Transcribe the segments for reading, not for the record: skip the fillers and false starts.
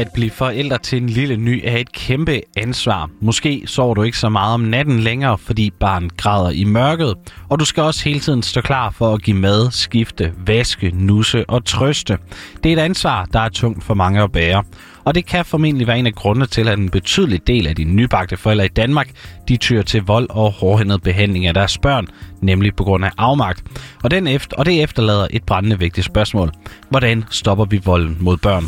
At blive forældre til en lille ny er et kæmpe ansvar. Måske sover du ikke så meget om natten længere, fordi barnet græder i mørket. Og du skal også hele tiden stå klar for at give mad, skifte, vaske, nusse og trøste. Det er et ansvar, der er tungt for mange at bære. Og det kan formentlig være en af grundene til, at en betydelig del af de nybagte forældre i Danmark, de tyr til vold og hårdhændet behandling af deres børn, nemlig på grund af afmagt. Og det efterlader et brændende vigtigt spørgsmål. Hvordan stopper vi volden mod børn?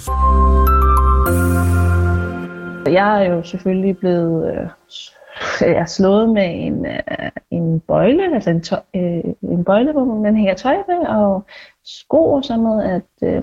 Jeg er jo selvfølgelig blevet slået med en bøjle, altså en bøjle, hvor man hænger tøj ved, og sko og sådan noget, at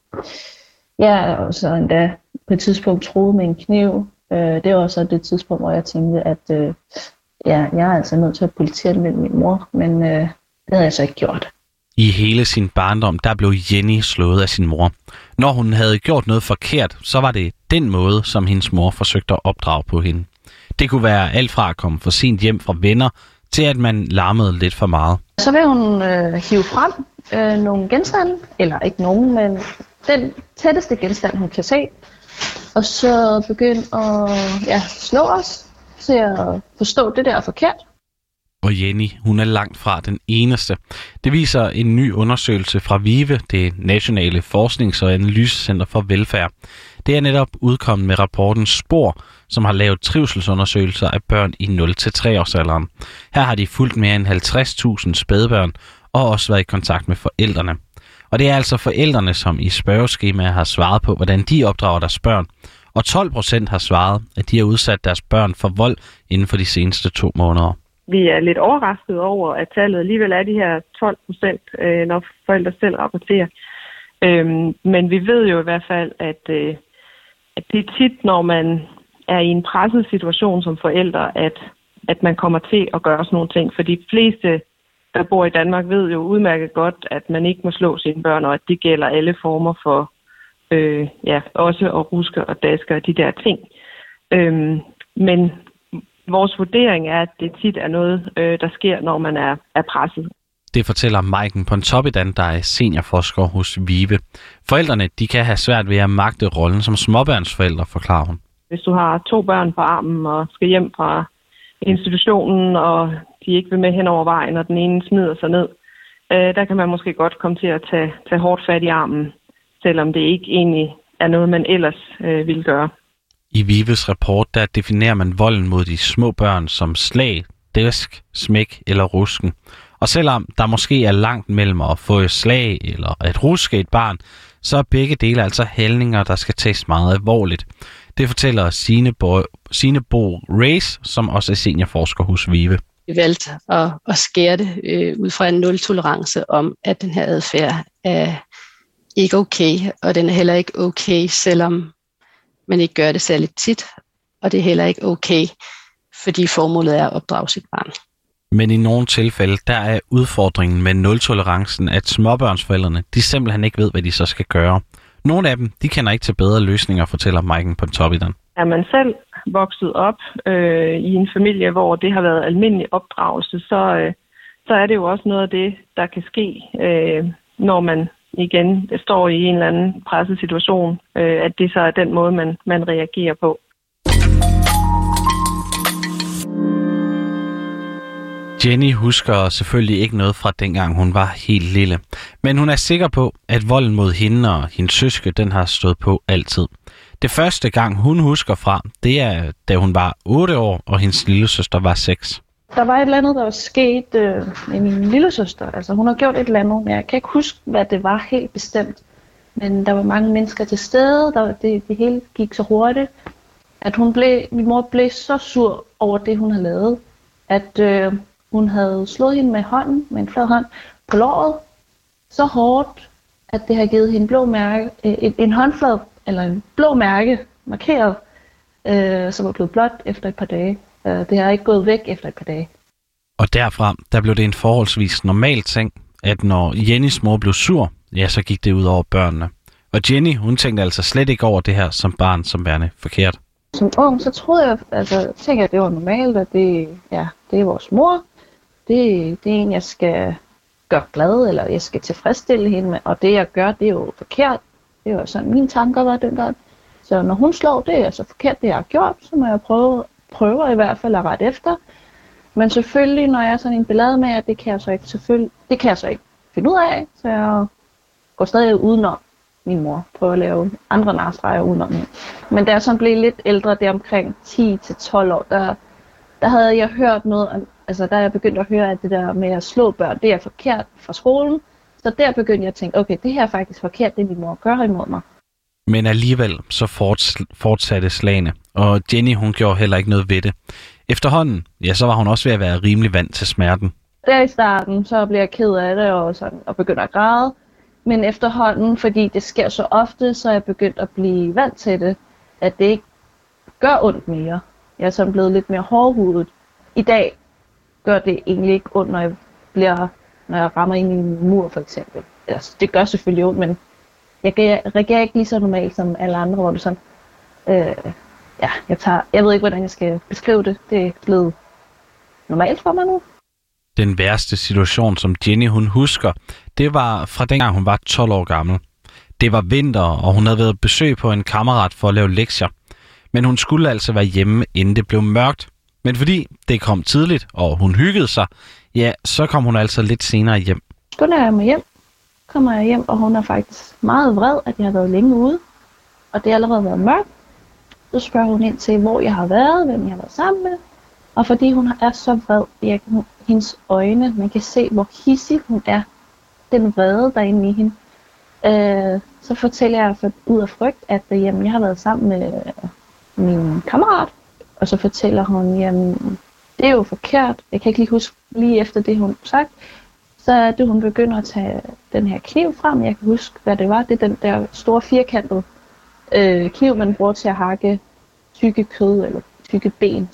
jeg er også endda på et tidspunkt troet med en kniv. Det var også det tidspunkt, hvor jeg tænkte, at jeg er altså nødt til at politianmelde min mor, men det havde jeg så ikke gjort. I hele sin barndom, der blev Jenny slået af sin mor. Når hun havde gjort noget forkert, så var det den måde, som hendes mor forsøgte at opdrage på hende. Det kunne være alt fra at komme for sent hjem fra venner, til at man larmede lidt for meget. Så vil hun hive frem nogle genstande, eller ikke nogen, men den tætteste genstand, hun kan se, og så begynde at slå os til at forstå, det der er forkert. Og Jenny, hun er langt fra den eneste. Det viser en ny undersøgelse fra VIVE, det Nationale Forsknings- og Analysecenter for Velfærd. Det er netop udkommet med rapporten Spor, som har lavet trivselsundersøgelser af børn i 0-3-årsalderen. Her har de fulgt mere end 50.000 spædbørn og også været i kontakt med forældrene. Og det er altså forældrene, som i spørgeskemaer har svaret på, hvordan de opdrager deres børn. Og 12% har svaret, at de har udsat deres børn for vold inden for de seneste 2 måneder. Vi er lidt overrasket over, at tallet alligevel er de her 12%, når forældre selv rapporterer. Men vi ved jo i hvert fald, at det er tit, når man er i en presset situation som forældre, at man kommer til at gøre sådan nogle ting. For de fleste, der bor i Danmark, ved jo udmærket godt, at man ikke må slå sine børn, og at det gælder alle former for også at ruske og daske og de der ting. Men vores vurdering er, at det tit er noget, der sker, når man er presset. Det fortæller Maiken Pontoppidan, der er seniorforsker hos VIVE. Forældrene, de kan have svært ved at magte rollen som småbørnsforældre, forklarer hun. Hvis du har 2 børn på armen og skal hjem fra institutionen, og de ikke vil med hen over vejen, og den ene smider sig ned, der kan man måske godt komme til at tage hårdt fat i armen, selvom det ikke egentlig er noget, man ellers ville gøre. I VIVEs rapport, der definerer man volden mod de små børn som slag, dæsk, smæk eller rusken. Og selvom der måske er langt mellem at få et slag eller at ruske et barn, så er begge dele altså handlinger, der skal tages meget alvorligt. Det fortæller Signe Bo Race, som også er seniorforsker hos VIVE. Vi valgte at skære det ud fra en nul-tolerance om, at den her adfærd er ikke okay, og den er heller ikke okay, selvom man ikke gør det særlig tit, og det er heller ikke okay, fordi formålet er at opdrage sit barn. Men i nogle tilfælde, der er udfordringen med nul-tolerancen, at småbørnsforældrene, de simpelthen ikke ved, hvad de så skal gøre. Nogle af dem, de kender ikke til bedre løsninger, fortæller Maiken Pontoppidan. Er man selv vokset op i en familie, hvor det har været almindelig opdragelse, så er det jo også noget af det, der kan ske, når man igen står i en eller anden presset situation, at det så er den måde, man reagerer på. Jenny husker selvfølgelig ikke noget fra dengang hun var helt lille, men hun er sikker på, at volden mod hende og hendes søske, den har stået på altid. Det første gang hun husker fra, det er da hun var 8 år, og hendes lillesøster var 6. Der var et eller andet, der var sket med min lillesøster. Altså hun har gjort et eller andet, men jeg kan ikke huske, hvad det var helt bestemt. Men der var mange mennesker til stede, det hele gik så hurtigt, at min mor blev så sur over det, hun havde lavet, at hun havde slået hende med en flad hånd på låret, så hårdt, at det har givet hende blå mærke, en håndflad eller en blå mærke markeret, som var blevet blåt efter et par dage. Det har ikke gået væk efter et par dage. Og derfra, der blev det en forholdsvis normal ting, at når Jennys mor blev sur, ja, så gik det ud over børnene. Og Jenny, hun tænkte altså slet ikke over det her som barn, som værende forkert. Som ung, så troede jeg, tænkte at det var normalt, at det er vores mor. Det er en, jeg skal gøre glad, eller jeg skal tilfredsstille hende med. Og det, jeg gør, det er jo forkert. Det var sådan, mine tanker var dengang. Så når hun slår, det er så forkert, det jeg har gjort, så må jeg prøve i hvert fald at rette efter. Men selvfølgelig, når jeg er sådan en ballade med, at det kan jeg så ikke finde ud af, så jeg går stadig udenom min mor, prøver at lave andre narstreger udenom hende. Men da jeg så blev lidt ældre, det omkring 10-12 år, der havde jeg hørt noget, altså der er jeg begyndt at høre, at det der med at slå børn, det er forkert fra skolen. Så der begyndte jeg at tænke, okay, det her er faktisk forkert, det min mor gør imod mig. Men alligevel så fortsatte slagene, og Jenny hun gjorde heller ikke noget ved det. Efterhånden, ja, så var hun også ved at være rimelig vant til smerten. Der i starten, så blev jeg ked af det og begyndte at græde. Men efterhånden, fordi det sker så ofte, så er jeg begyndt at blive vant til det, at det ikke gør ondt mere. Jeg er sådan blevet lidt mere hårdhudet. I dag gør det egentlig ikke ondt, når jeg rammer ind i en mur for eksempel. Altså, det gør selvfølgelig ondt, men jeg reagerer ikke lige så normalt som alle andre, hvor du sådan, jeg ved ikke, hvordan jeg skal beskrive det. Det er blevet normalt for mig nu. Den værste situation, som Jenny hun husker, det var fra dengang hun var 12 år gammel. Det var vinter, og hun havde været besøg på en kammerat for at lave lektier. Men hun skulle altså være hjemme, inden det blev mørkt. Men fordi det kom tidligt, og hun hyggede sig, ja, så kom hun altså lidt senere hjem. Skulle jeg mig hjem, kommer jeg hjem, og hun er faktisk meget vred, at jeg har været længe ude. Og det har allerede været mørkt. Så spørger hun ind til, hvor jeg har været, hvem jeg har været sammen med. Og fordi hun er så vred, hendes øjne, man kan se, hvor hissig hun er, den vrede derinde i hende. Så fortæller jeg ud af frygt, at jeg har været sammen med min kammerat. Og så fortæller hun, jamen, det er jo forkert. Jeg kan ikke lige huske lige efter det, hun har sagt. Så er det, hun begynder at tage den her kniv frem. Jeg kan huske, hvad det var. Det er den der store firkantede kniv, man bruger til at hakke tykke kød eller tykke ben.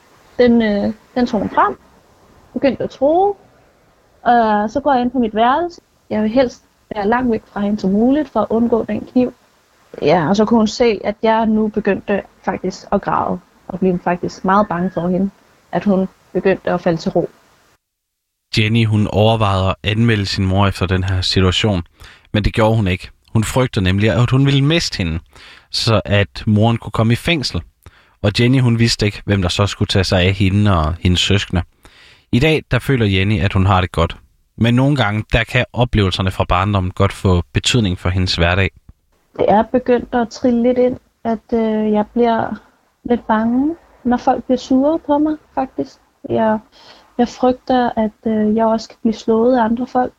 Den tog hun frem. Begyndte at true. Og så går jeg ind på mit værelse. Jeg vil helst være langt væk fra hende som muligt for at undgå den kniv. Ja, og så kunne hun se, at jeg nu begyndte faktisk at græde. Og blev faktisk meget bange for hende, at hun begyndte at falde til ro. Jenny, hun overvejede at anmelde sin mor efter den her situation, men det gjorde hun ikke. Hun frygtede nemlig, at hun ville miste hende, så at moren kunne komme i fængsel. Og Jenny, hun vidste ikke, hvem der så skulle tage sig af hende og hendes søskende. I dag, der føler Jenny, at hun har det godt. Men nogle gange, der kan oplevelserne fra barndommen godt få betydning for hendes hverdag. Det er begyndt at trille lidt ind, at jeg bliver lidt bange, når folk bliver sure på mig, faktisk. Jeg frygter, at jeg også kan blive slået af andre folk.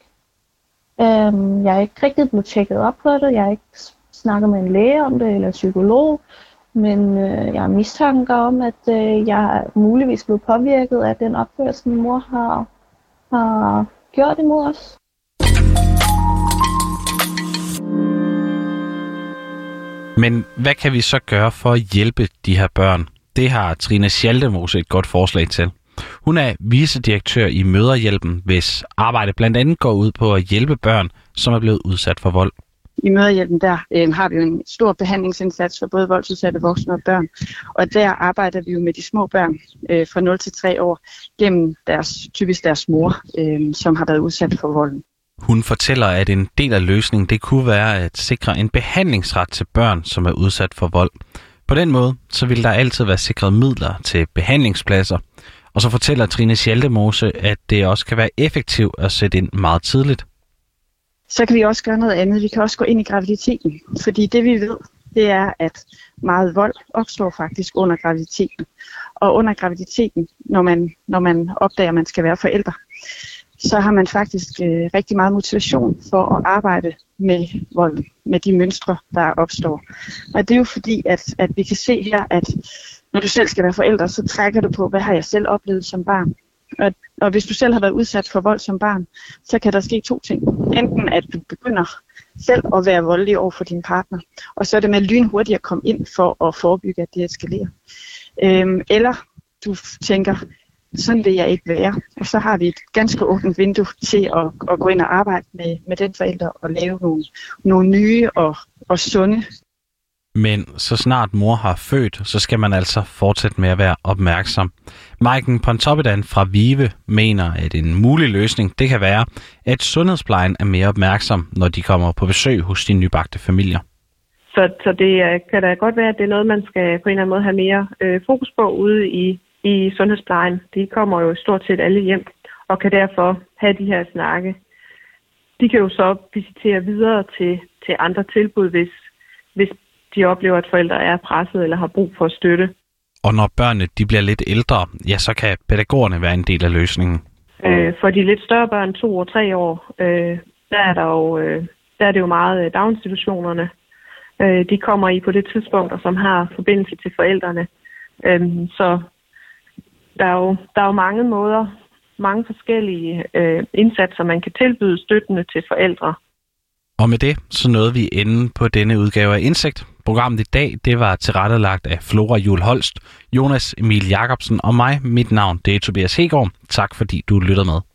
Jeg er ikke rigtig blevet tjekket op på det. Jeg har ikke snakket med en læge om det, eller en psykolog. Men jeg har mistanker om, at jeg er muligvis blevet påvirket af den opførsel, min mor har gjort imod os. Men hvad kan vi så gøre for at hjælpe de her børn? Det har Trine Schaldemose et godt forslag til. Hun er vicedirektør i Mødrehjælpen, hvis arbejde blandt andet går ud på at hjælpe børn, som er blevet udsat for vold. I Mødrehjælpen der har vi jo en stor behandlingsindsats for både voldsudsatte voksne og børn. Og der arbejder vi jo med de små børn fra 0 til 3 år gennem typisk deres mor, som har været udsat for volden. Hun fortæller, at en del af løsningen det kunne være at sikre en behandlingsret til børn, som er udsat for vold. På den måde så vil der altid være sikret midler til behandlingspladser. Og så fortæller Trine Schaldemose, at det også kan være effektivt at sætte ind meget tidligt. Så kan vi også gøre noget andet. Vi kan også gå ind i graviditeten. Fordi det vi ved, det er, at meget vold opstår faktisk under graviditeten. Og under graviditeten, når man opdager, at man skal være forældre, så har man faktisk rigtig meget motivation for at arbejde med volden, med de mønstre, der opstår. Og det er jo fordi, at vi kan se her, at når du selv skal være forælder, så trækker du på, hvad har jeg selv oplevet som barn. Og hvis du selv har været udsat for vold som barn, så kan der ske 2 ting. Enten at du begynder selv at være voldelig over for din partner, og så er det med lynhurtigt at komme ind for at forebygge, at det eskalerer. Eller du tænker, sådan vil jeg ikke være. Og så har vi et ganske åbent vindue til at gå ind og arbejde med den forælder og lave nogle nye og sunde. Men så snart mor har født, så skal man altså fortsætte med at være opmærksom. Maiken Pontoppidan fra VIVE mener, at en mulig løsning det kan være, at sundhedsplejen er mere opmærksom, når de kommer på besøg hos de nybagte familier. Så det kan da godt være, at det er noget, man skal på en eller anden måde have mere fokus på ude i sundhedsplejen. De kommer jo stort set alle hjem og kan derfor have de her snakke. De kan jo så visitere videre til andre tilbud, hvis de oplever, at forældre er presset eller har brug for støtte. Og når børnene de bliver lidt ældre, ja, så kan pædagogerne være en del af løsningen. For de lidt større børn, 2 og 3 år, der er det jo meget daginstitutionerne. De kommer i på det tidspunkt, som har forbindelse til forældrene. Så der er jo mange måder, mange forskellige indsatser, man kan tilbyde støttende til forældre. Og med det, så nåede vi enden på denne udgave af Indsigt. Programmet i dag, det var tilrettelagt af Flora Jul Holst, Jonas Emil Jacobsen og mig. Mit navn, det er Tobias Hegård. Tak fordi du lyttede med.